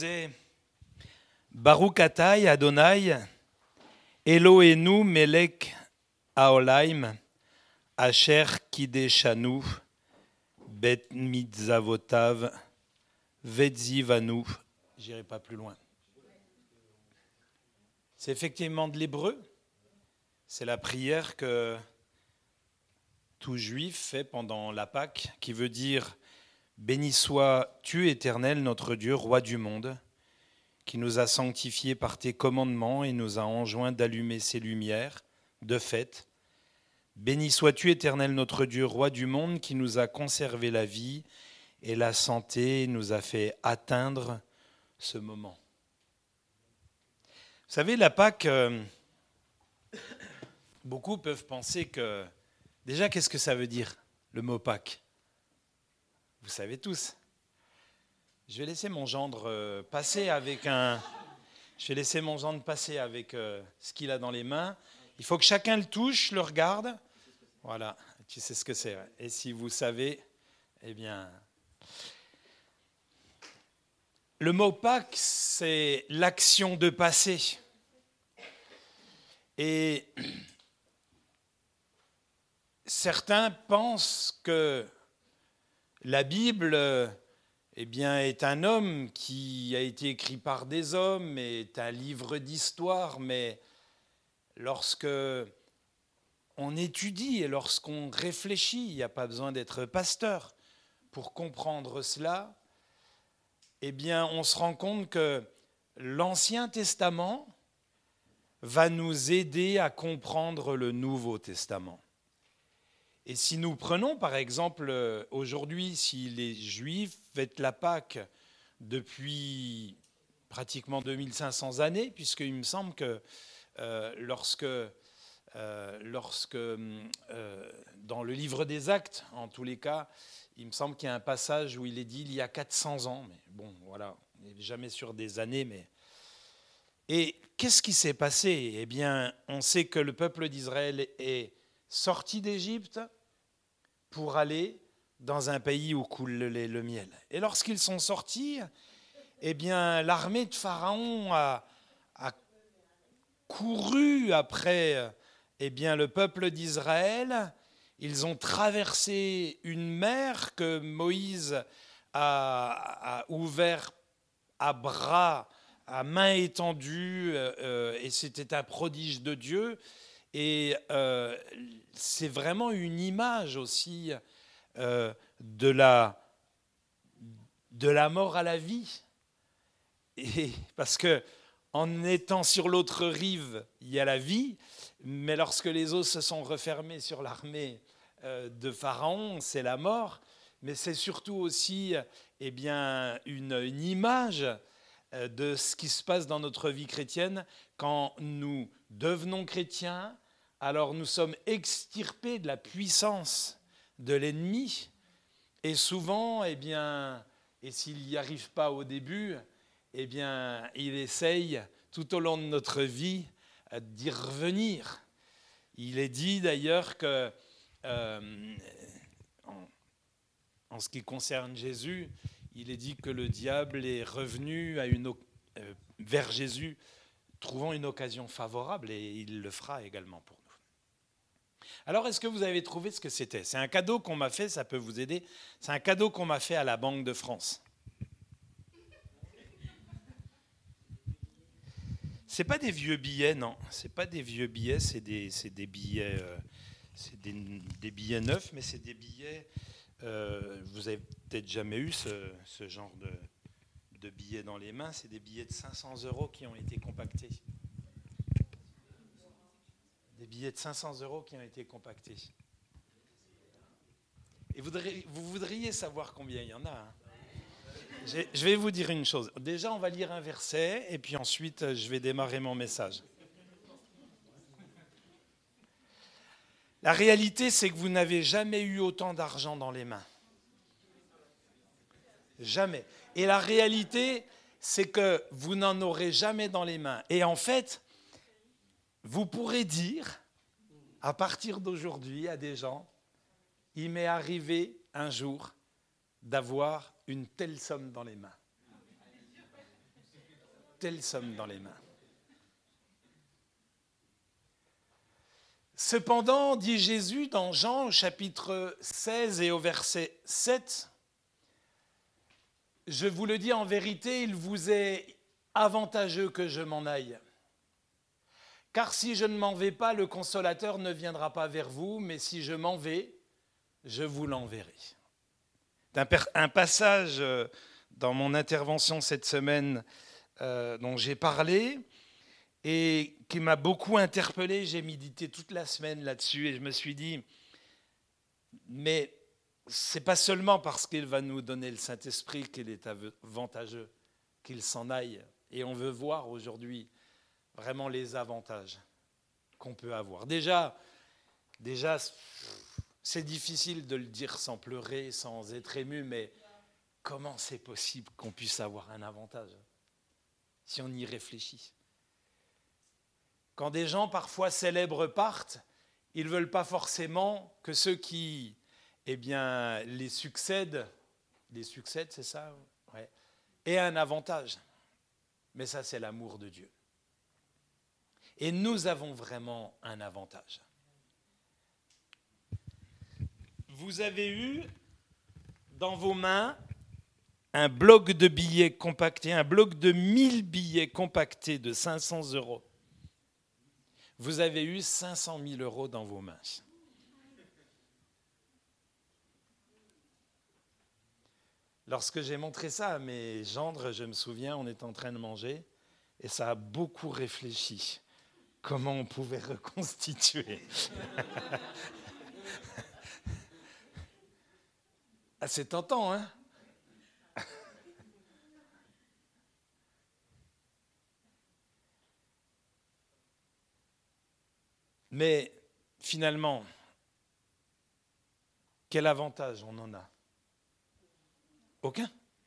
Baruch atah Adonai, Eloheinu melech haolam, asher kideshanu, bet mitzavotav, vetzivanu. J'irai pas plus loin. C'est effectivement de l'hébreu. C'est la prière que tout juif fait pendant la Pâque, qui veut dire « Béni sois-tu, Éternel, notre Dieu, roi du monde, qui nous a sanctifiés par tes commandements et nous a enjoint d'allumer ses lumières, de fait. Béni sois-tu, Éternel, notre Dieu, roi du monde, qui nous a conservé la vie et la santé et nous a fait atteindre ce moment. » Vous savez, la Pâque, beaucoup peuvent penser que... Déjà, qu'est-ce que ça veut dire, le mot Pâques ? Vous savez tous. Je vais laisser mon gendre passer avec ce qu'il a dans les mains. Il faut que chacun le touche, le regarde. Voilà, tu sais ce que c'est. Et si vous savez, eh bien... Le mot Pâques, c'est l'action de passer. Et certains pensent que la Bible est un homme qui a été écrit par des hommes, est un livre d'histoire, mais lorsque on étudie et lorsqu'on réfléchit, il n'y a pas besoin d'être pasteur pour comprendre cela, eh bien, on se rend compte que l'Ancien Testament va nous aider à comprendre le Nouveau Testament. Et si nous prenons, par exemple, aujourd'hui, si les Juifs fêtent la Pâque depuis pratiquement 2500 années, puisqu'il me semble que lorsque dans le livre des Actes, en tous les cas, il me semble qu'il y a un passage où il est dit il y a 400 ans, mais bon, voilà, on n'est jamais sur des années, mais... Et qu'est-ce qui s'est passé ? Eh bien, on sait que le peuple d'Israël est sorti d'Égypte pour aller dans un pays où coule le lait et le miel. Et lorsqu'ils sont sortis, eh bien, l'armée de Pharaon a couru après le peuple d'Israël. Ils ont traversé une mer que Moïse a ouvert à bras, à main étendue, et c'était un prodige de Dieu. Et c'est vraiment une image aussi de la mort à la vie. Et parce que en étant sur l'autre rive, il y a la vie, mais lorsque les eaux se sont refermées sur l'armée de Pharaon, c'est la mort. Mais c'est surtout aussi une image de ce qui se passe dans notre vie chrétienne. Quand nous devenons chrétiens, alors nous sommes extirpés de la puissance de l'ennemi. Et souvent, et s'il n'y arrive pas au début, il essaye tout au long de notre vie d'y revenir. Il est dit d'ailleurs que, en ce qui concerne Jésus, il est dit que le diable est revenu vers Jésus, trouvant une occasion favorable, et il le fera également pour nous. Alors, est-ce que vous avez trouvé ce que c'était ? C'est un cadeau qu'on m'a fait, ça peut vous aider. C'est un cadeau qu'on m'a fait à la Banque de France. C'est pas des vieux billets, non. C'est pas des vieux billets, c'est des billets, des billets neufs, mais c'est des billets. Vous avez peut-être jamais eu ce genre de billets dans les mains. C'est des billets de 500 € qui ont été compactés. Des billets de 500 € qui ont été compactés. Et vous voudriez savoir combien il y en a, hein ? Je vais vous dire une chose. Déjà, on va lire un verset et puis ensuite, je vais démarrer mon message. La réalité, c'est que vous n'avez jamais eu autant d'argent dans les mains. Jamais. Et la réalité, c'est que vous n'en aurez jamais dans les mains. Et en fait, vous pourrez dire, à partir d'aujourd'hui, à des gens, il m'est arrivé un jour d'avoir une telle somme dans les mains. telle somme dans les mains. Cependant, dit Jésus dans Jean au chapitre 16 et au verset 7, « Je vous le dis en vérité, il vous est avantageux que je m'en aille. Car si je ne m'en vais pas, le consolateur ne viendra pas vers vous, mais si je m'en vais, je vous l'enverrai. » Un passage dans mon intervention cette semaine dont j'ai parlé et qui m'a beaucoup interpellé. J'ai médité toute la semaine là-dessus et je me suis dit, mais ce n'est pas seulement parce qu'il va nous donner le Saint-Esprit qu'il est avantageux, qu'il s'en aille. Et on veut voir aujourd'hui vraiment les avantages qu'on peut avoir. Déjà, c'est difficile de le dire sans pleurer, sans être ému, mais comment c'est possible qu'on puisse avoir un avantage si on y réfléchit? Quand des gens parfois célèbres partent, ils ne veulent pas forcément que ceux qui les succèdent, c'est ça, ouais, aient un avantage. Mais ça, c'est l'amour de Dieu. Et nous avons vraiment un avantage. Vous avez eu dans vos mains un bloc de billets compactés, un bloc de 1000 billets compactés de 500 €. Vous avez eu 500 000 € dans vos mains. Lorsque j'ai montré ça à mes gendres, je me souviens, on était en train de manger et ça a beaucoup réfléchi. Comment on pouvait reconstituer. Ah, c'est tentant, hein? Mais finalement, quel avantage on en a? Aucun.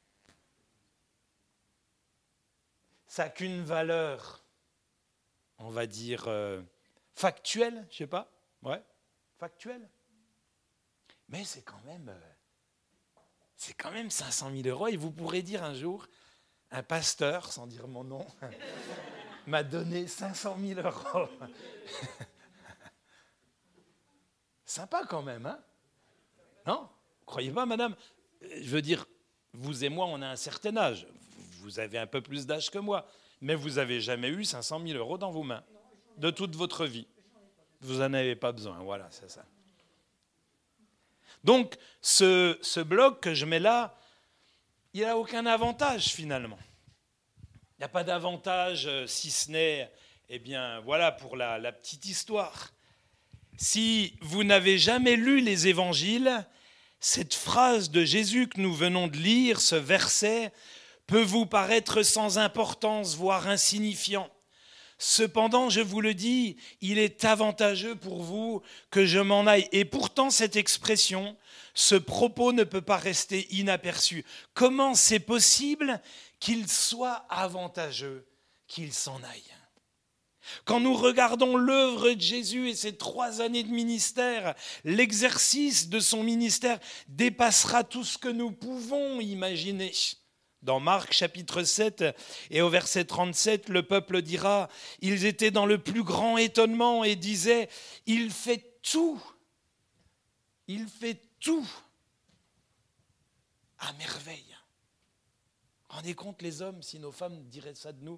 Ça n'a qu'une valeur, on va dire, factuelle, je ne sais pas, ouais, factuelle. Mais c'est quand même 500 000 € et vous pourrez dire un jour, un pasteur, sans dire mon nom, m'a donné 500 000 €. Sympa quand même, hein? Non? Vous croyez pas, madame? Je veux dire, vous et moi, on a un certain âge. Vous avez un peu plus d'âge que moi. Mais vous n'avez jamais eu 500 000 € dans vos mains, de toute votre vie. Vous n'en avez pas besoin, voilà, c'est ça. Donc, ce bloc que je mets là, il n'a aucun avantage finalement. Il n'y a pas d'avantage si ce n'est, voilà pour la petite histoire. Si vous n'avez jamais lu les évangiles, cette phrase de Jésus que nous venons de lire, ce verset, peut vous paraître sans importance, voire insignifiant. Cependant, je vous le dis, il est avantageux pour vous que je m'en aille. Et pourtant, cette expression, ce propos ne peut pas rester inaperçu. Comment c'est possible qu'il soit avantageux qu'il s'en aille ? Quand nous regardons l'œuvre de Jésus et ses 3 années de ministère, l'exercice de son ministère dépassera tout ce que nous pouvons imaginer. Dans Marc chapitre 7 et au verset 37, le peuple dira, ils étaient dans le plus grand étonnement et disaient, il fait tout à merveille. Rendez compte les hommes si nos femmes diraient ça de nous?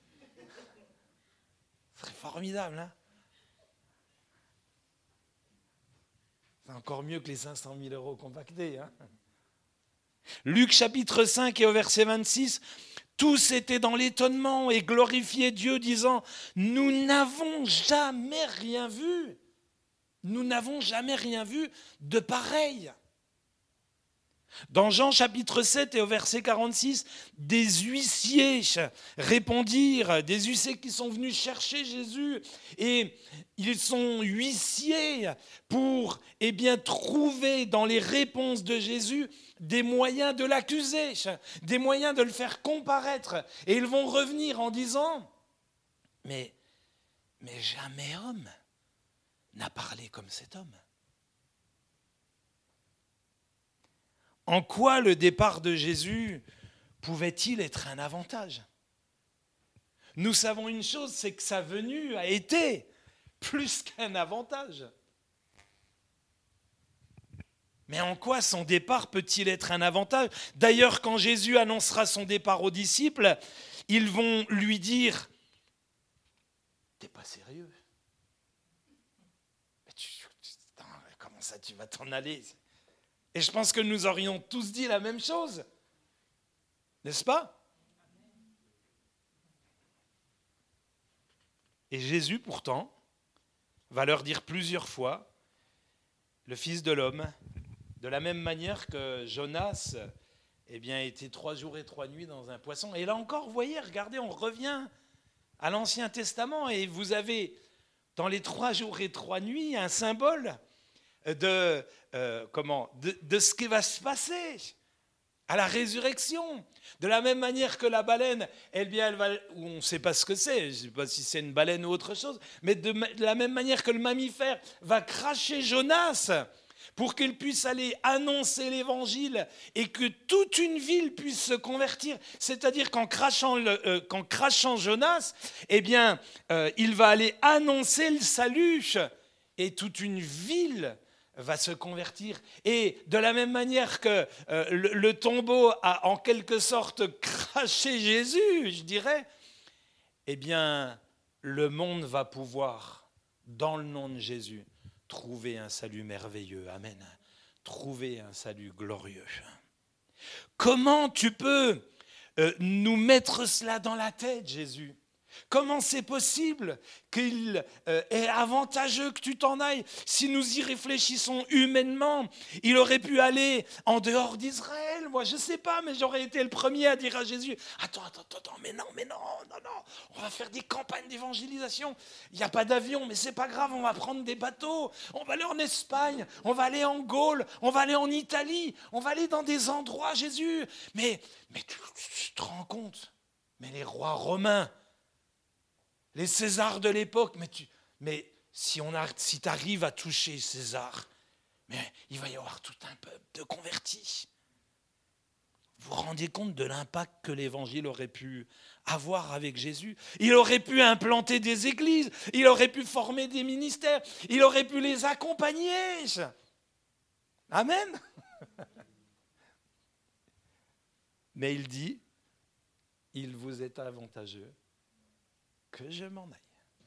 Ce serait formidable, hein? C'est encore mieux que les 500 000 € compactés, hein? Luc chapitre 5 et au verset 26, tous étaient dans l'étonnement et glorifiaient Dieu disant, nous n'avons jamais rien vu de pareil. Dans Jean chapitre 7 et au verset 46, des huissiers répondirent, des huissiers qui sont venus chercher Jésus et ils sont huissiers pour trouver dans les réponses de Jésus des moyens de l'accuser, des moyens de le faire comparaître. Et ils vont revenir en disant, mais jamais homme n'a parlé comme cet homme. En quoi le départ de Jésus pouvait-il être un avantage ? Nous savons une chose, c'est que sa venue a été plus qu'un avantage. Mais en quoi son départ peut-il être un avantage ? D'ailleurs, quand Jésus annoncera son départ aux disciples, ils vont lui dire « T'es pas sérieux ? Comment ça tu vas t'en aller ?» Et je pense que nous aurions tous dit la même chose. N'est-ce pas ? Et Jésus, pourtant, va leur dire plusieurs fois, le Fils de l'homme, de la même manière que Jonas était 3 jours et 3 nuits dans un poisson. Et là encore, vous voyez, regardez, on revient à l'Ancien Testament et vous avez dans les 3 jours et 3 nuits un symbole de ce qui va se passer à la résurrection. De la même manière que la baleine, elle va, on ne sait pas ce que c'est, je ne sais pas si c'est une baleine ou autre chose, mais de la même manière que le mammifère va cracher Jonas pour qu'il puisse aller annoncer l'évangile et que toute une ville puisse se convertir. C'est-à-dire qu'en crachant Jonas, il va aller annoncer le salut et toute une ville va se convertir. Et de la même manière que le tombeau a en quelque sorte craché Jésus, je dirais, le monde va pouvoir, dans le nom de Jésus, trouver un salut merveilleux. Amen. Trouver un salut glorieux. Comment tu peux nous mettre cela dans la tête, Jésus ? Comment c'est possible qu'il est avantageux que tu t'en ailles ? Si nous y réfléchissons humainement, il aurait pu aller en dehors d'Israël. Moi, je ne sais pas, mais j'aurais été le premier à dire à Jésus, attends, mais non, on va faire des campagnes d'évangélisation. Il n'y a pas d'avion, mais ce n'est pas grave, on va prendre des bateaux. On va aller en Espagne, on va aller en Gaule, on va aller en Italie, on va aller dans des endroits, Jésus. Mais tu te rends compte ? Mais les rois romains, les Césars de l'époque, mais si tu arrives à toucher César, mais il va y avoir tout un peuple de convertis. Vous vous rendez compte de l'impact que l'évangile aurait pu avoir avec Jésus ? Il aurait pu implanter des églises, il aurait pu former des ministères, il aurait pu les accompagner. Amen. Mais il dit, il vous est avantageux que je m'en aille.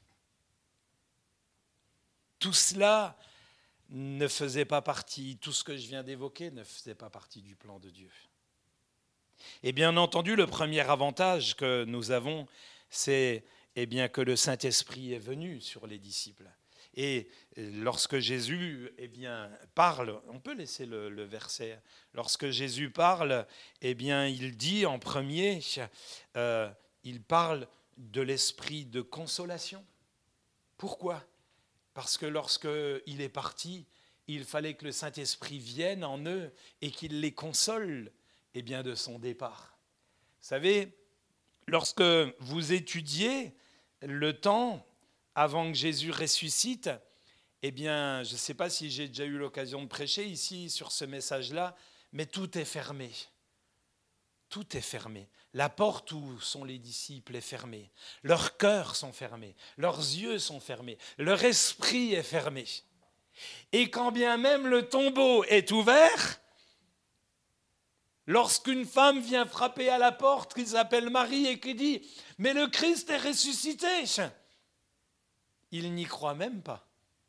Tout cela ne faisait pas partie, tout ce que je viens d'évoquer ne faisait pas partie du plan de Dieu. Et bien entendu, le premier avantage que nous avons, c'est que le Saint-Esprit est venu sur les disciples. Et lorsque Jésus parle, on peut laisser le verset, lorsque Jésus parle, il dit en premier, il parle de l'esprit de consolation. Pourquoi ? Parce que lorsqu'il est parti, il fallait que le Saint-Esprit vienne en eux et qu'il les console de son départ. Vous savez, lorsque vous étudiez le temps avant que Jésus ressuscite, je ne sais pas si j'ai déjà eu l'occasion de prêcher ici sur ce message-là, mais tout est fermé. Tout est fermé. La porte où sont les disciples est fermée. Leurs cœurs sont fermés. Leurs yeux sont fermés. Leur esprit est fermé. Et quand bien même le tombeau est ouvert, lorsqu'une femme vient frapper à la porte, qui s'appelle Marie et qui dit « Mais le Christ est ressuscité !» Il n'y croit même pas.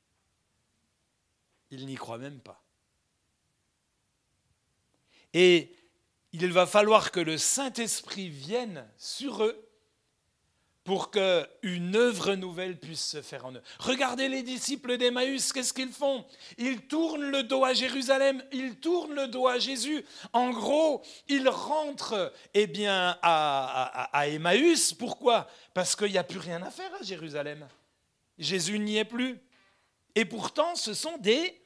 Il n'y croit même pas. Et il va falloir que le Saint-Esprit vienne sur eux pour qu'une œuvre nouvelle puisse se faire en eux. Regardez les disciples d'Emmaüs, qu'est-ce qu'ils font ? Ils tournent le dos à Jérusalem, ils tournent le dos à Jésus. En gros, ils rentrent à Emmaüs. Pourquoi ? Parce qu'il n'y a plus rien à faire à Jérusalem. Jésus n'y est plus. Et pourtant, ce sont des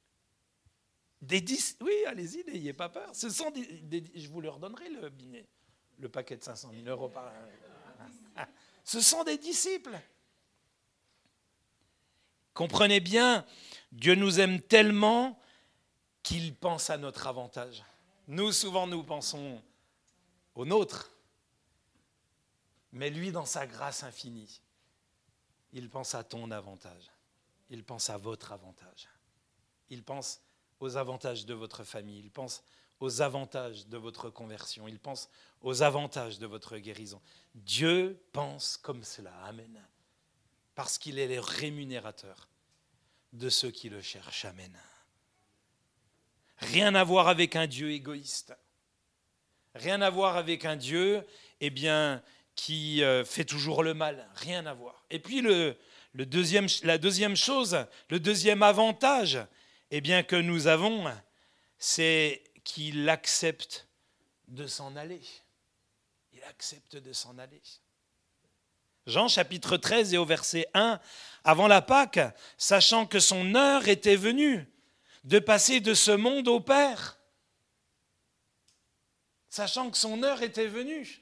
oui, allez-y, n'ayez pas peur. Ce sont je vous le redonnerai le paquet de 500 000 €. Ce sont des disciples. Comprenez bien, Dieu nous aime tellement qu'il pense à notre avantage. Nous, souvent, nous pensons au nôtre. Mais lui, dans sa grâce infinie, il pense à ton avantage. Il pense à votre avantage. Il pense aux avantages de votre famille. Il pense aux avantages de votre conversion. Il pense aux avantages de votre guérison. Dieu pense comme cela. Amen. Parce qu'il est le rémunérateur de ceux qui le cherchent. Amen. Rien à voir avec un Dieu égoïste. Rien à voir avec un Dieu, qui fait toujours le mal. Rien à voir. Et puis la deuxième chose, le deuxième avantage, que nous avons, c'est qu'il accepte de s'en aller. Il accepte de s'en aller. Jean chapitre 13 et au verset 1, avant la Pâque, sachant que son heure était venue de passer de ce monde au Père. Sachant que son heure était venue.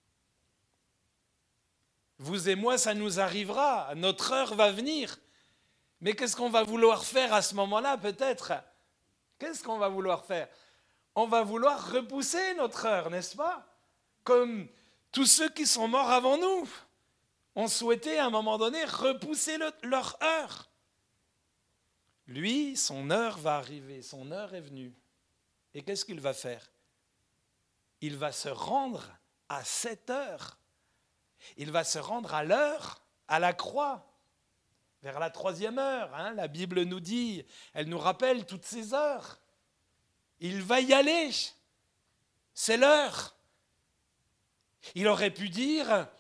Vous et moi, ça nous arrivera, notre heure va venir. Mais qu'est-ce qu'on va vouloir faire à ce moment-là, peut-être ? Qu'est-ce qu'on va vouloir faire ? On va vouloir repousser notre heure, n'est-ce pas ? Comme tous ceux qui sont morts avant nous ont souhaité à un moment donné repousser leur heure. Lui, son heure va arriver, son heure est venue. Et qu'est-ce qu'il va faire ? Il va se rendre à cette heure. Il va se rendre à l'heure, à la croix, vers la 3e heure. La Bible nous dit, elle nous rappelle toutes ces heures. Il va y aller. C'est l'heure. Il aurait pu dire,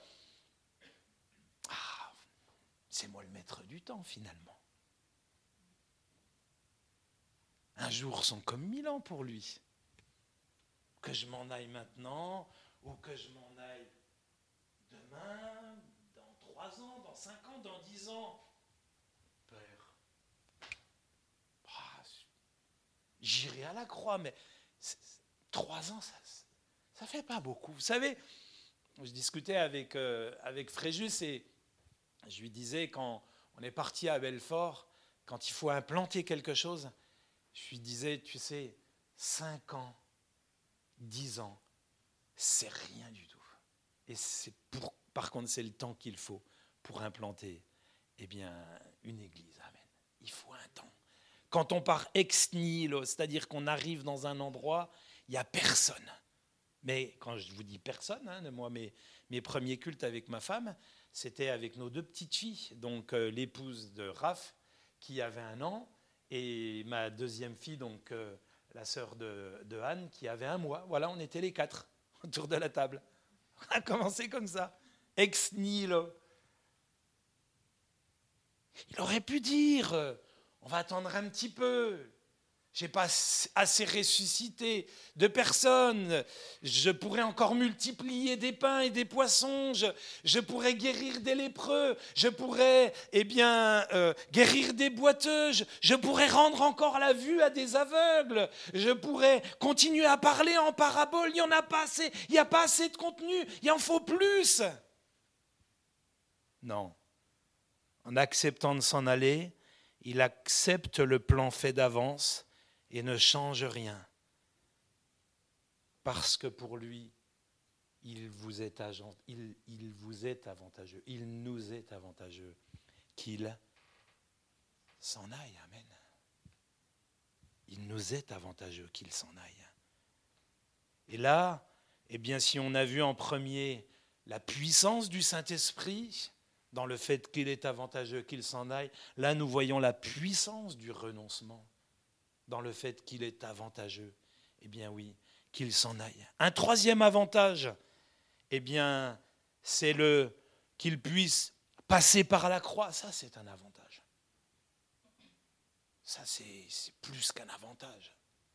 c'est moi le maître du temps finalement. Un jour sont comme 1000 ans pour lui. Que je m'en aille maintenant ou que je m'en aille demain, dans 3 ans, dans 5 ans, dans 10 ans. Père, j'irai à la croix, mais 3 ans, ça fait pas beaucoup. Vous savez, je discutais avec Fréjus et je lui disais, quand on est parti à Belfort, quand il faut implanter quelque chose, je lui disais, tu sais, 5 ans, 10 ans, c'est rien du tout. Et par contre, c'est le temps qu'il faut pour implanter une église. Amen. Il faut un temps. Quand on part ex nihilo, c'est-à-dire qu'on arrive dans un endroit, il n'y a personne. Mais quand je vous dis personne, moi, mes premiers cultes avec ma femme, c'était avec nos 2 petites filles, donc l'épouse de Raph, qui avait 1 an, et ma deuxième fille, donc la sœur de Anne, qui avait 1 mois. Voilà, on était les 4 autour de la table. On a commencé comme ça, ex nihilo. Il aurait pu dire, on va attendre un petit peu. Je n'ai pas assez ressuscité de personnes. Je pourrais encore multiplier des pains et des poissons. Je pourrais guérir des lépreux. Je pourrais guérir des boiteux. Je pourrais rendre encore la vue à des aveugles. Je pourrais continuer à parler en parabole. Il n'y en a pas assez. Il n'y a pas assez de contenu. Il en faut plus. Non. En acceptant de s'en aller, il accepte le plan fait d'avance et ne change rien. Parce que pour lui, il vous est avantageux, il nous est avantageux qu'il s'en aille. Amen. Il nous est avantageux qu'il s'en aille. Et là, si on a vu en premier la puissance du Saint-Esprit, dans le fait qu'il est avantageux qu'il s'en aille, là nous voyons la puissance du renoncement, dans le fait qu'il est avantageux, qu'il s'en aille. Un troisième avantage, c'est qu'il puisse passer par la croix. Ça, c'est un avantage. Ça, c'est plus qu'un avantage.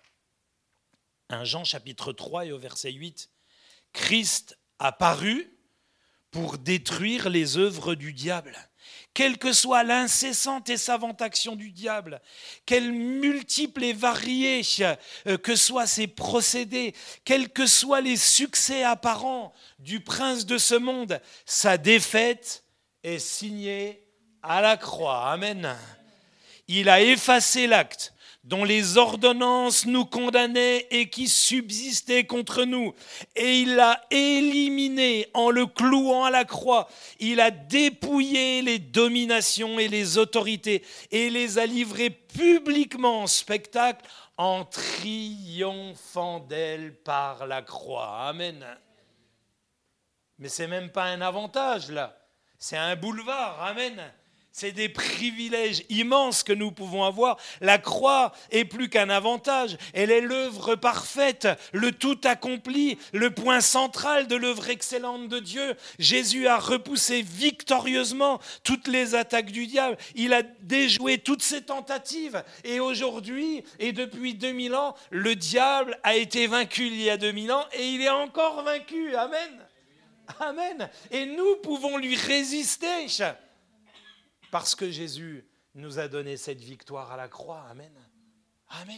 1 Jean chapitre 3 et au verset 8, Christ a paru pour détruire les œuvres du diable. Quelle que soit l'incessante et savante action du diable, quelles multiples et variées que soient ses procédés, quels que soient les succès apparents du prince de ce monde, sa défaite est signée à la croix. Amen. Il a effacé l'acte dont les ordonnances nous condamnaient et qui subsistaient contre nous. Et il l'a éliminé en le clouant à la croix. Il a dépouillé les dominations et les autorités et les a livrées publiquement en spectacle en triomphant d'elles par la croix. Amen. Mais ce n'est même pas un avantage là, c'est un boulevard. Amen. C'est des privilèges immenses que nous pouvons avoir. La croix est plus qu'un avantage. Elle est l'œuvre parfaite, le tout accompli, le point central de l'œuvre excellente de Dieu. Jésus a repoussé victorieusement toutes les attaques du diable. Il a déjoué toutes ses tentatives. Et aujourd'hui, et depuis 2000 ans, le diable a été vaincu il y a 2000 ans et il est encore vaincu. Amen. Amen. Et nous pouvons lui résister. Parce que Jésus nous a donné cette victoire à la croix. Amen. Amen.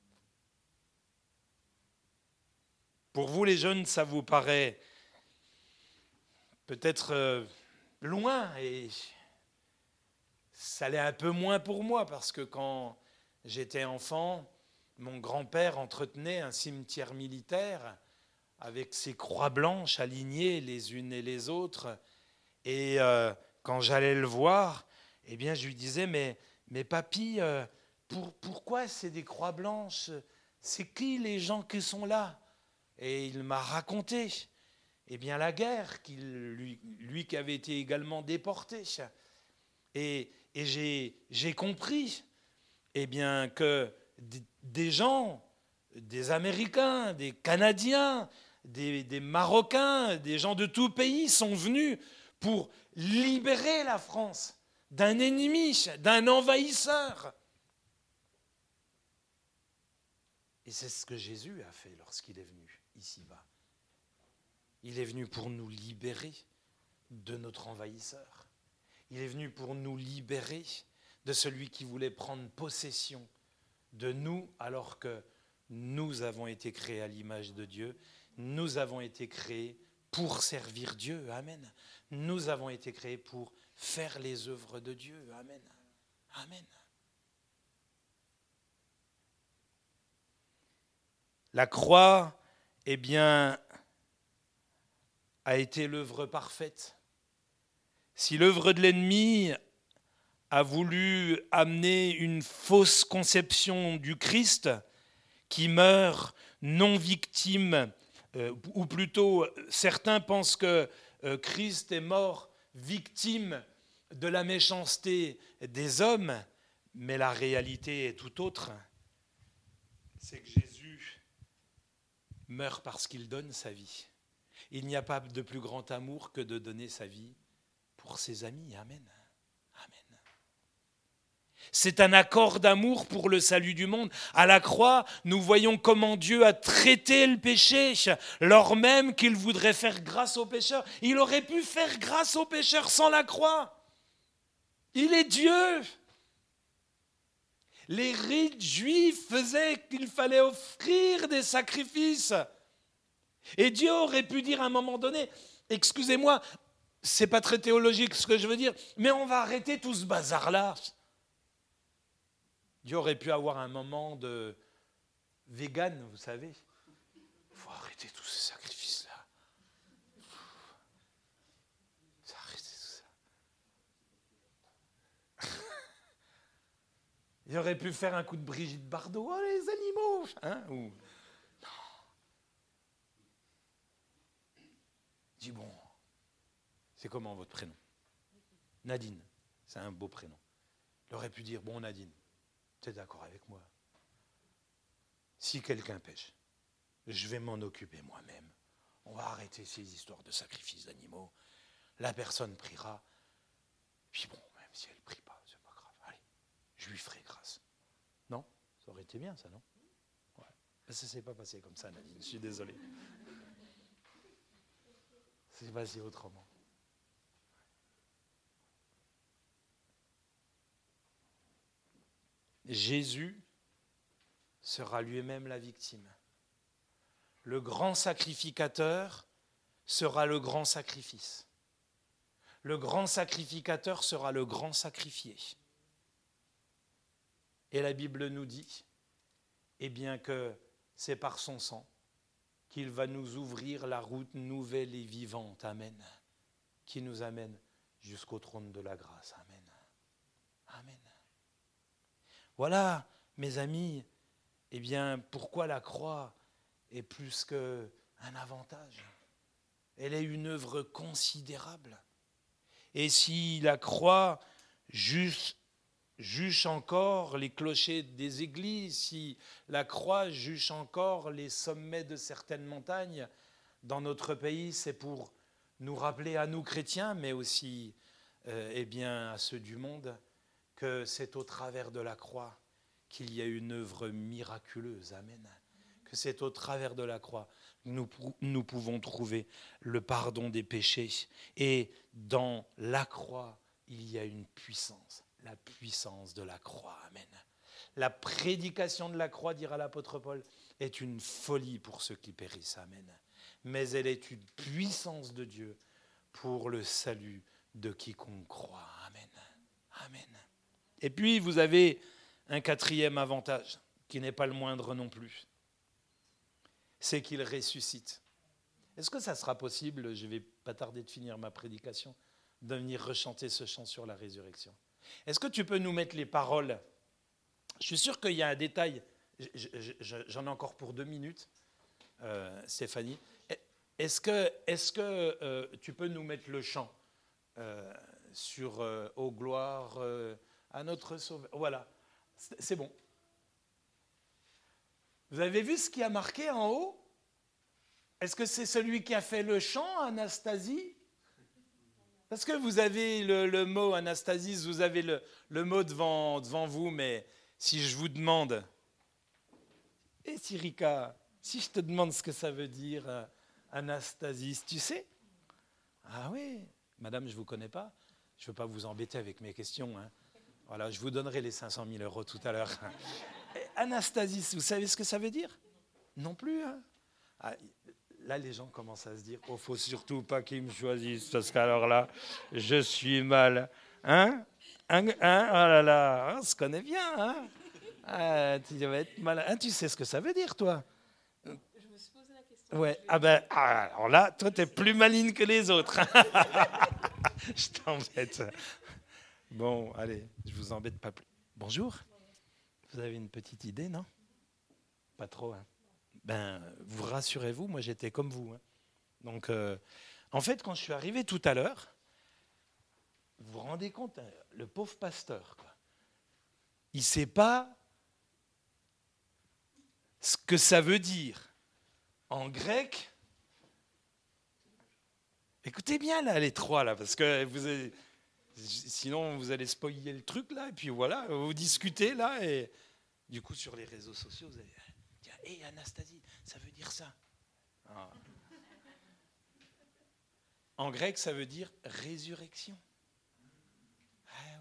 Pour vous les jeunes, ça vous paraît peut-être loin et ça l'est un peu moins pour moi parce que quand j'étais enfant, mon grand-père entretenait un cimetière militaire avec ses croix blanches alignées les unes et les autres. Et quand j'allais le voir, eh bien, je lui disais, mais papy, pourquoi c'est des croix blanches? C'est qui les gens qui sont là? Et il m'a raconté, eh bien, la guerre, lui qui avait été également déporté. Et j'ai compris, eh bien, que des gens, des Américains, des Canadiens, des Marocains, des gens de tout pays sont venus pour libérer la France d'un ennemi, d'un envahisseur. Et c'est ce que Jésus a fait lorsqu'il est venu ici-bas. Il est venu pour nous libérer de notre envahisseur. Il est venu pour nous libérer de celui qui voulait prendre possession de nous alors que nous avons été créés à l'image de Dieu. Nous avons été créés pour servir Dieu. Amen. Nous avons été créés pour faire les œuvres de Dieu. Amen. Amen. La croix, eh bien, a été l'œuvre parfaite. Si l'œuvre de l'ennemi a voulu amener une fausse conception du Christ qui meurt non victime, ou plutôt certains pensent que Christ est mort victime de la méchanceté des hommes, mais la réalité est tout autre. C'est que Jésus meurt parce qu'il donne sa vie. Il n'y a pas de plus grand amour que de donner sa vie pour ses amis. Amen. Amen. C'est un accord d'amour pour le salut du monde. À la croix, nous voyons comment Dieu a traité le péché, lors même qu'il voudrait faire grâce aux pécheurs. Il aurait pu faire grâce aux pécheurs sans la croix. Il est Dieu. Les rites juifs faisaient qu'il fallait offrir des sacrifices. Et Dieu aurait pu dire à un moment donné, excusez-moi, c'est pas très théologique ce que je veux dire, mais on va arrêter tout ce bazar-là. Dieu aurait pu avoir un moment de vegan, vous savez. Il faut arrêter tous ces sacrifices-là. Il faut arrêter tout ça. Il aurait pu faire un coup de Brigitte Bardot. Oh, les animaux, hein, ou... Non. Il dit, bon, c'est comment votre prénom? Nadine, c'est un beau prénom. Il aurait pu dire, bon Nadine, tu es d'accord avec moi? Si quelqu'un pêche, je vais m'en occuper moi-même. On va arrêter ces histoires de sacrifices d'animaux. La personne priera. Puis bon, même si elle ne prie pas, c'est pas grave. Allez, je lui ferai grâce. Non? Ça aurait été bien ça, non? Ouais. Mais ça ne s'est pas passé comme ça, Nadine. Je suis désolé. C'est passé autrement. Jésus sera lui-même la victime. Le grand sacrificateur sera le grand sacrifice. Le grand sacrificateur sera le grand sacrifié. Et la Bible nous dit eh bien que c'est par son sang qu'il va nous ouvrir la route nouvelle et vivante, amen, qui nous amène jusqu'au trône de la grâce, amen. Amen. Voilà, mes amis, eh bien, pourquoi la croix est plus qu'un avantage. Elle est une œuvre considérable. Et si la croix juge encore les clochers des églises, si la croix juge encore les sommets de certaines montagnes dans notre pays, c'est pour nous rappeler à nous chrétiens, mais aussi eh bien, à ceux du monde, que c'est au travers de la croix qu'il y a une œuvre miraculeuse. Amen. Que c'est au travers de la croix que nous pouvons trouver le pardon des péchés. Et dans la croix, il y a une puissance. La puissance de la croix. Amen. La prédication de la croix, dira l'apôtre Paul, est une folie pour ceux qui périssent. Amen. Mais elle est une puissance de Dieu pour le salut de quiconque croit. Amen. Amen. Et puis, vous avez un quatrième avantage, qui n'est pas le moindre non plus. C'est qu'il ressuscite. Est-ce que ça sera possible, je ne vais pas tarder de finir ma prédication, de venir rechanter ce chant sur la résurrection? Est-ce que tu peux nous mettre les paroles? Je suis sûr qu'il y a un détail, j'en ai encore pour 2 minutes, Stéphanie. Est-ce que tu peux nous mettre le chant sur « Ô gloire à notre Sauveur ». Voilà, c'est bon. Vous avez vu ce qui a marqué en haut? Est-ce que c'est celui qui a fait le chant, Anastasie? Parce que vous avez le mot Anastasis, vous avez le mot devant vous, mais si je vous demande, et Sirika, si je te demande ce que ça veut dire, Anastasis, tu sais? Ah oui, madame, je ne vous connais pas, je ne veux pas vous embêter avec mes questions. Hein. Voilà, je vous donnerai les 500 000 € tout à l'heure. Anastasis, vous savez ce que ça veut dire? Non plus. Hein. Ah, là, les gens commencent à se dire, oh, faut surtout pas qu'ils me choisissent, parce qu'alors là, je suis mal. Hein? Oh là là, on se connaît bien. Hein? Ah, tu vas être mal. Hein, tu sais ce que ça veut dire, toi? Je me suis posé la question. Ouais. Alors là, toi, tu es plus maligne que les autres. Je t'embête. Bon, allez, je vous embête pas plus. Bonjour. Vous avez une petite idée, non? Pas trop, hein? Ben, vous rassurez-vous, moi j'étais comme vous. Hein. Donc, en fait, quand je suis arrivé tout à l'heure, vous vous rendez compte, hein, le pauvre pasteur, quoi, il ne sait pas ce que ça veut dire en grec. Écoutez bien là, les trois, là, parce que sinon vous allez spoiler le truc, là, et puis voilà, vous discutez, là, et du coup, sur les réseaux sociaux, vous allez... Hé, Anastasie, ça veut dire ça. Ah. En grec, ça veut dire résurrection. Ah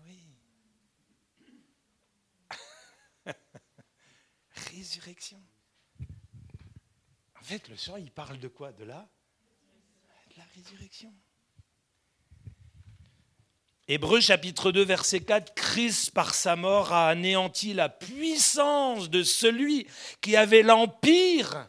oui. Résurrection. En fait, le chant, il parle de quoi? De la résurrection. Hébreux chapitre 2, verset 4, Christ par sa mort a anéanti la puissance de celui qui avait l'empire.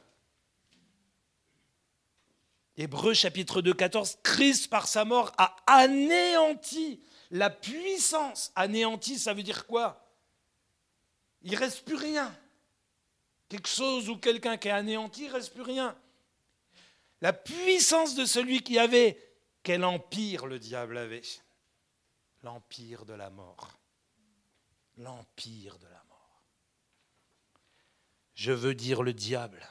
Hébreux chapitre 2, 14, Christ par sa mort a anéanti la puissance. Anéanti, ça veut dire quoi? Il ne reste plus rien. Quelque chose ou quelqu'un qui est anéanti, il ne reste plus rien. La puissance de celui qui avait, quel empire le diable avait? L'empire de la mort. L'empire de la mort. Je veux dire le diable.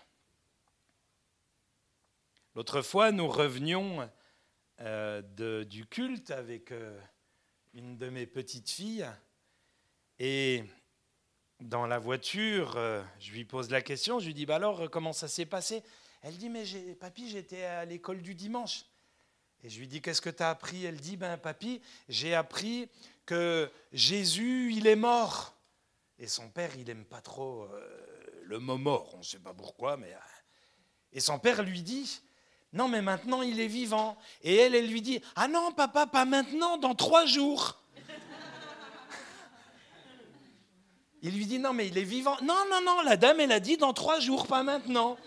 L'autre fois, nous revenions du culte avec une de mes petites filles. Et dans la voiture, je lui pose la question. Je lui dis, alors, comment ça s'est passé? Elle dit, mais papy, j'étais à l'école du dimanche. Et je lui dis, qu'est-ce que tu as appris? Elle dit, papy, j'ai appris que Jésus, il est mort. Et son père, il n'aime pas trop le mot mort. On ne sait pas pourquoi, mais... Et son père lui dit, non, mais maintenant, il est vivant. Et elle lui dit, ah non, papa, pas maintenant, dans 3 jours. Il lui dit, non, mais il est vivant. Non, la dame, elle a dit dans 3 jours, pas maintenant.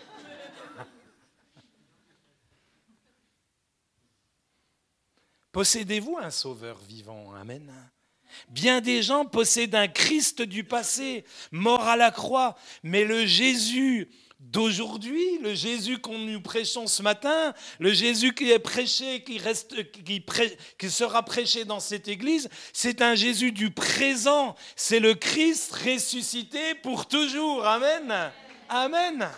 Possédez-vous un sauveur vivant, amen. Bien des gens possèdent un Christ du passé, mort à la croix, mais le Jésus d'aujourd'hui, le Jésus qu'on nous prêchons ce matin, le Jésus qui est prêché, qui sera prêché dans cette église, c'est un Jésus du présent, c'est le Christ ressuscité pour toujours, amen, amen.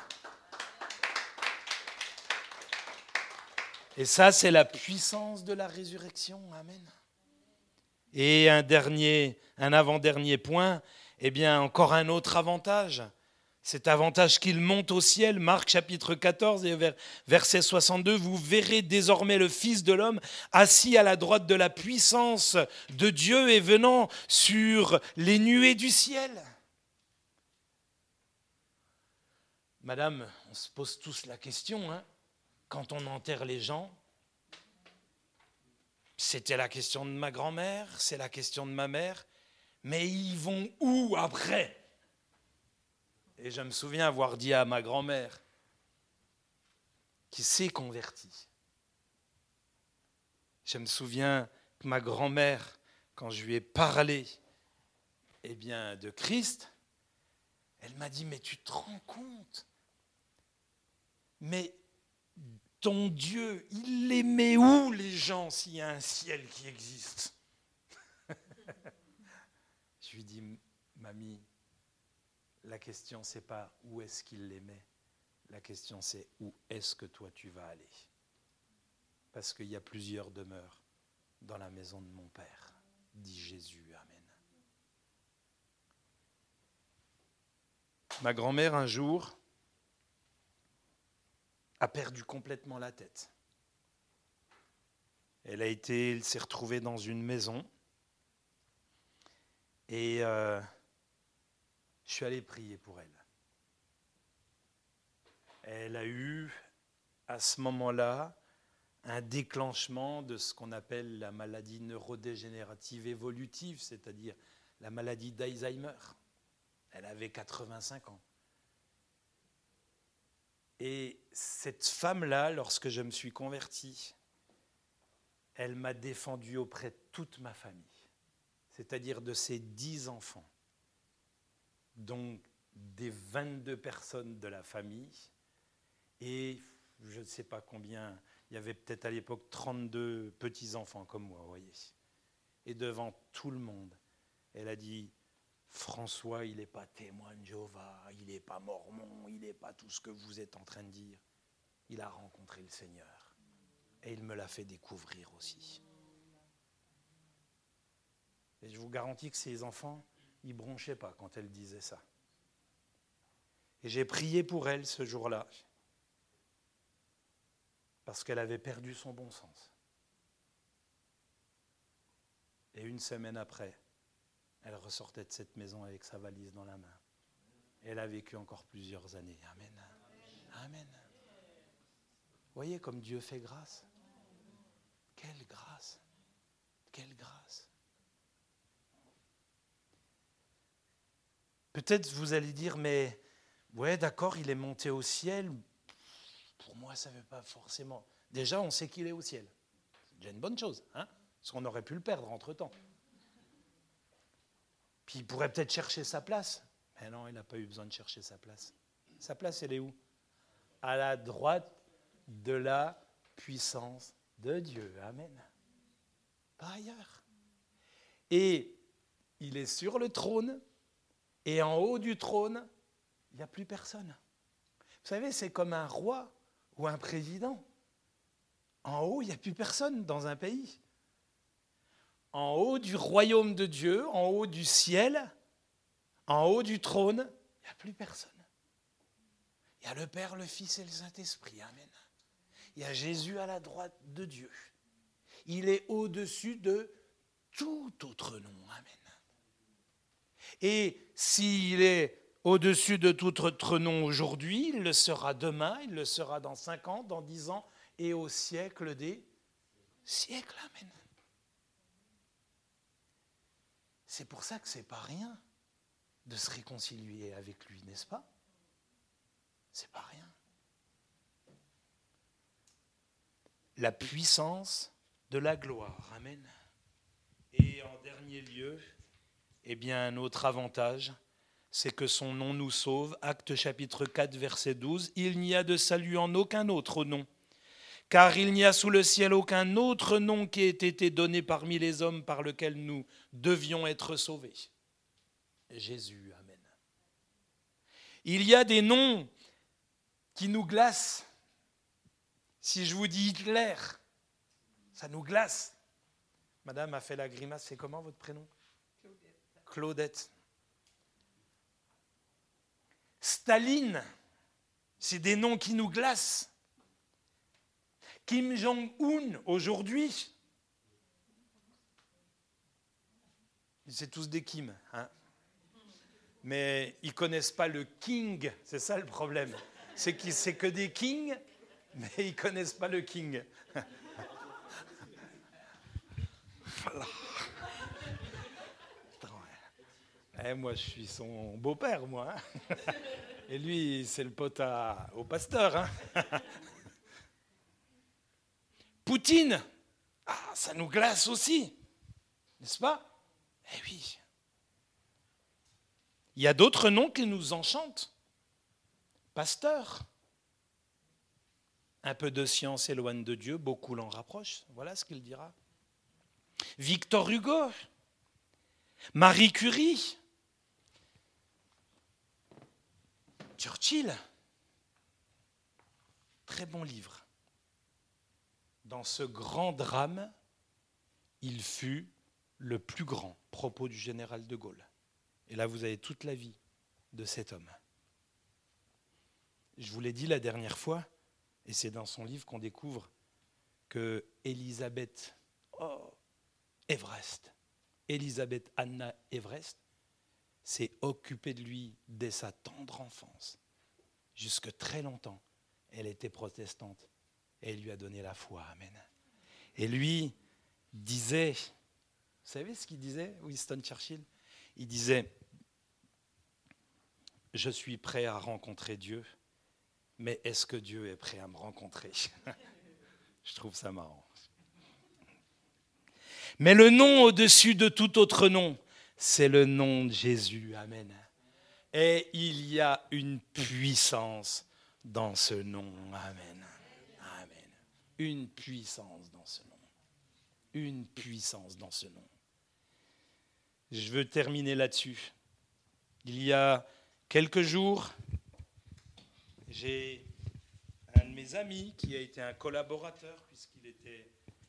Et ça, c'est la puissance de la résurrection, amen. Et un avant-dernier point, eh bien, encore un autre avantage. Cet avantage qu'il monte au ciel, Marc chapitre 14 et verset 62, vous verrez désormais le Fils de l'homme assis à la droite de la puissance de Dieu et venant sur les nuées du ciel. Madame, on se pose tous la question, hein, quand on enterre les gens. C'était la question de ma grand-mère, c'est la question de ma mère. Mais ils vont où après ? Et je me souviens avoir dit à ma grand-mère, qui s'est convertie. Je me souviens que ma grand-mère, quand je lui ai parlé de Christ, elle m'a dit, mais tu te rends compte ? Mais ton Dieu, il les met où les gens s'il y a un ciel qui existe ? Je lui dis, mamie, la question c'est pas où est-ce qu'il les met, la question c'est où est-ce que toi tu vas aller ? Parce qu'il y a plusieurs demeures dans la maison de mon Père, dit Jésus, amen. Ma grand-mère un jour a perdu complètement la tête. Elle s'est retrouvée dans une maison et je suis allé prier pour elle. Elle a eu à ce moment-là un déclenchement de ce qu'on appelle la maladie neurodégénérative évolutive, c'est-à-dire la maladie d'Alzheimer. Elle avait 85 ans. Et cette femme-là, lorsque je me suis converti, elle m'a défendu auprès de toute ma famille, c'est-à-dire de ses 10 enfants, donc des 22 personnes de la famille, et je ne sais pas combien, il y avait peut-être à l'époque 32 petits-enfants comme moi, vous voyez. Et devant tout le monde, elle a dit, François, il n'est pas témoin de Jéhovah, il n'est pas mormon, il n'est pas tout ce que vous êtes en train de dire. Il a rencontré le Seigneur et il me l'a fait découvrir aussi. Et je vous garantis que ces enfants, ils ne bronchaient pas quand elle disait ça. Et j'ai prié pour elle ce jour-là parce qu'elle avait perdu son bon sens. Et une semaine après, elle ressortait de cette maison avec sa valise dans la main. Elle a vécu encore plusieurs années. Amen. Amen. Vous voyez comme Dieu fait grâce. Quelle grâce. Quelle grâce. Peut-être vous allez dire, mais ouais, d'accord, il est monté au ciel. Pour moi, ça ne veut pas forcément. Déjà, on sait qu'il est au ciel. C'est déjà une bonne chose, hein, parce qu'on aurait pu le perdre entre-temps. Puis il pourrait peut-être chercher sa place. Mais non, il n'a pas eu besoin de chercher sa place. Sa place, elle est où ? À la droite de la puissance de Dieu. Amen. Pas ailleurs. Et il est sur le trône, et en haut du trône, il n'y a plus personne. Vous savez, c'est comme un roi ou un président. En haut, il n'y a plus personne dans un pays. En haut du royaume de Dieu, en haut du ciel, en haut du trône, il n'y a plus personne. Il y a le Père, le Fils et le Saint-Esprit. Amen. Il y a Jésus à la droite de Dieu. Il est au-dessus de tout autre nom. Amen. Et s'il est au-dessus de tout autre nom aujourd'hui, il le sera demain, il le sera dans 5 ans, dans 10 ans et au siècle des siècles. Amen. C'est pour ça que ce n'est pas rien de se réconcilier avec lui, n'est-ce pas? C'est pas rien. La puissance de la gloire. Amen. Et en dernier lieu, eh bien, un autre avantage, c'est que son nom nous sauve. Actes chapitre 4, verset 12. Il n'y a de salut en aucun autre nom, car il n'y a sous le ciel aucun autre nom qui ait été donné parmi les hommes par lequel nous devions être sauvés. Jésus, amen. Il y a des noms qui nous glacent. Si je vous dis Hitler, ça nous glace. Madame a fait la grimace. C'est comment votre prénom? Claudette. Staline, c'est des noms qui nous glacent. Kim Jong-un, aujourd'hui, c'est tous des Kim, hein. Mais ils ne connaissent pas le King, c'est ça le problème. C'est que des Kings, mais ils ne connaissent pas le King. Voilà. Moi, je suis son beau-père, moi. Hein. Et lui, c'est le pote au pasteur. Hein. Poutine, ça nous glace aussi, n'est-ce pas? Eh oui. Il y a d'autres noms qui nous enchantent. Pasteur. Un peu de science éloigne de Dieu, beaucoup l'en rapproche. Voilà ce qu'il dira. Victor Hugo. Marie Curie. Churchill. Très bon livre. Dans ce grand drame, il fut le plus grand. Propos du général de Gaulle. Et là, vous avez toute la vie de cet homme. Je vous l'ai dit la dernière fois, et c'est dans son livre qu'on découvre que Elisabeth Anna Everest, s'est occupée de lui dès sa tendre enfance. Jusque très longtemps, elle était protestante et elle lui a donné la foi. Amen. Et lui disait, vous savez ce qu'il disait, Winston Churchill? Il disait, je suis prêt à rencontrer Dieu, mais est-ce que Dieu est prêt à me rencontrer? Je trouve ça marrant. Mais le nom au-dessus de tout autre nom, c'est le nom de Jésus. Amen. Et il y a une puissance dans ce nom. Amen. Amen. Une puissance dans ce nom. Une puissance dans ce nom. Je veux terminer là-dessus. Il y a quelques jours, j'ai un de mes amis qui a été un collaborateur, puisqu'il était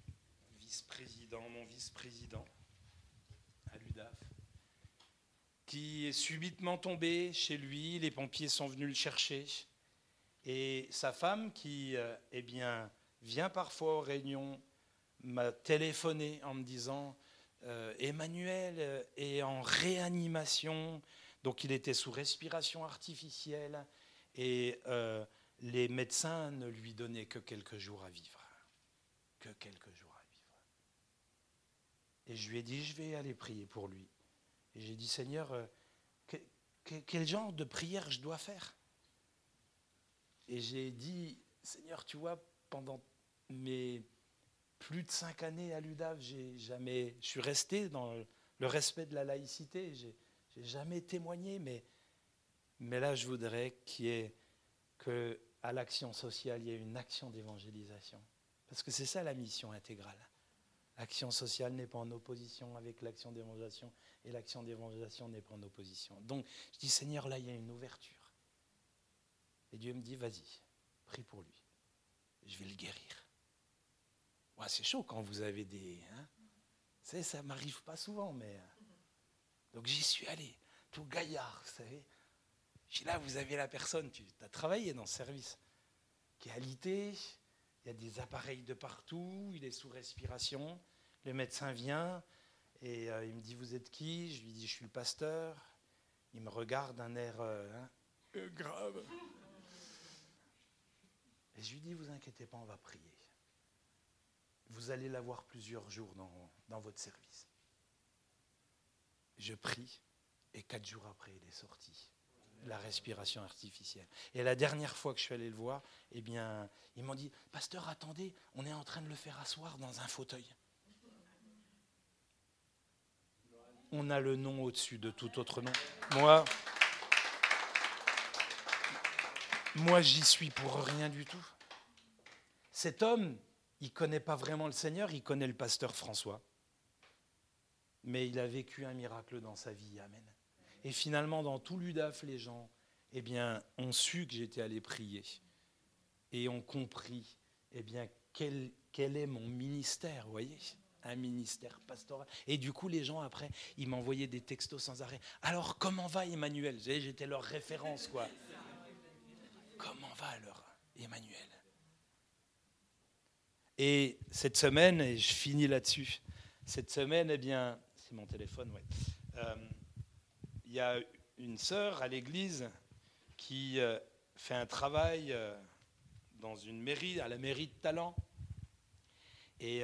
mon vice-président à l'UDAF, qui est subitement tombé chez lui. Les pompiers sont venus le chercher. Et sa femme, qui vient parfois aux réunions, m'a téléphoné en me disant Emmanuel est en réanimation. Donc il était sous respiration artificielle et les médecins ne lui donnaient que quelques jours à vivre. Que quelques jours à vivre. Et je lui ai dit, je vais aller prier pour lui. Et j'ai dit, Seigneur, quel genre de prière je dois faire? Et j'ai dit, Seigneur, tu vois, pendant mes plus de 5 années à l'UDAF, je suis resté dans le respect de la laïcité. J'ai jamais témoigné, mais là, je voudrais qu'à l'action sociale, il y ait une action d'évangélisation. Parce que c'est ça la mission intégrale. L'action sociale n'est pas en opposition avec l'action d'évangélisation, et l'action d'évangélisation n'est pas en opposition. Donc, je dis, Seigneur, là, il y a une ouverture. Et Dieu me dit, vas-y, prie pour lui. Je vais le guérir. Ouais, c'est chaud quand vous avez des... Hein, ça ne m'arrive pas souvent, mais... Donc j'y suis allé, tout gaillard, vous savez. Je suis là, vous avez la personne, tu as travaillé dans ce service, qui est alité, il y a des appareils de partout, il est sous respiration. Le médecin vient et il me dit, vous êtes qui? Je lui dis, je suis le pasteur. Il me regarde d'un air grave. Et je lui dis, vous inquiétez pas, on va prier. Vous allez l'avoir plusieurs jours dans votre service. Je prie Et 4 jours après, il est sorti. La respiration artificielle. Et la dernière fois que je suis allé le voir, eh bien, ils m'ont dit, pasteur, attendez, on est en train de le faire asseoir dans un fauteuil. On a le nom au-dessus de tout autre nom. Moi, j'y suis pour rien du tout. Cet homme, il ne connaît pas vraiment le Seigneur, il connaît le pasteur François. Mais il a vécu un miracle dans sa vie, amen. Et finalement, dans tout l'UDAF, les gens, eh bien, ont su que j'étais allé prier. Et ont compris, eh bien, quel est mon ministère, vous voyez ? Un ministère pastoral. Et du coup, les gens, après, ils m'envoyaient des textos sans arrêt. Alors, comment va Emmanuel ? Vous savez, j'étais leur référence, quoi. Comment va alors Emmanuel ? Et cette semaine, et je finis là-dessus, cette semaine, eh bien, c'est mon téléphone, ouais. Il y a une sœur à l'église qui fait un travail dans une mairie, à la mairie de Talent. Et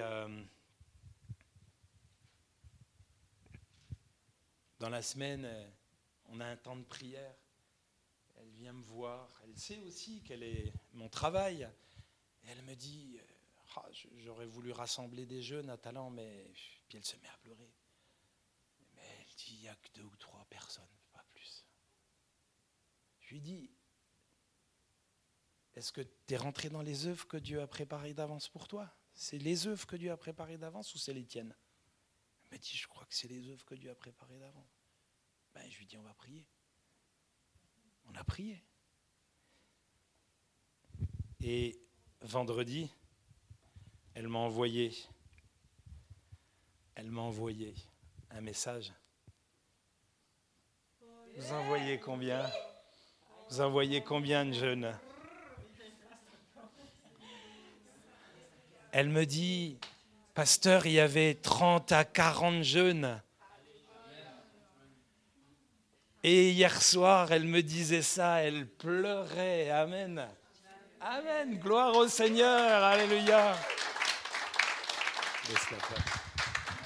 dans la semaine, on a un temps de prière. Elle vient me voir. Elle sait aussi quel est mon travail. Et elle me dit, j'aurais voulu rassembler des jeunes à Talent, mais... Puis elle se met à pleurer. Mais elle dit, il n'y a que 2 ou 3 personnes, pas plus. Je lui dis, est-ce que tu es rentré dans les œuvres que Dieu a préparées d'avance pour toi ? C'est les œuvres que Dieu a préparées d'avance ou c'est les tiennes ? Elle m'a dit, je crois que c'est les œuvres que Dieu a préparées d'avance. Je lui dis, on va prier. On a prié. Et vendredi, elle m'a envoyé un message. Vous en voyez combien ? Vous en voyez combien de jeunes ? Elle me dit, pasteur, il y avait 30 à 40 jeunes. Et hier soir, elle me disait ça, elle pleurait. Amen. Amen. Gloire au Seigneur. Alléluia. Laisse la place.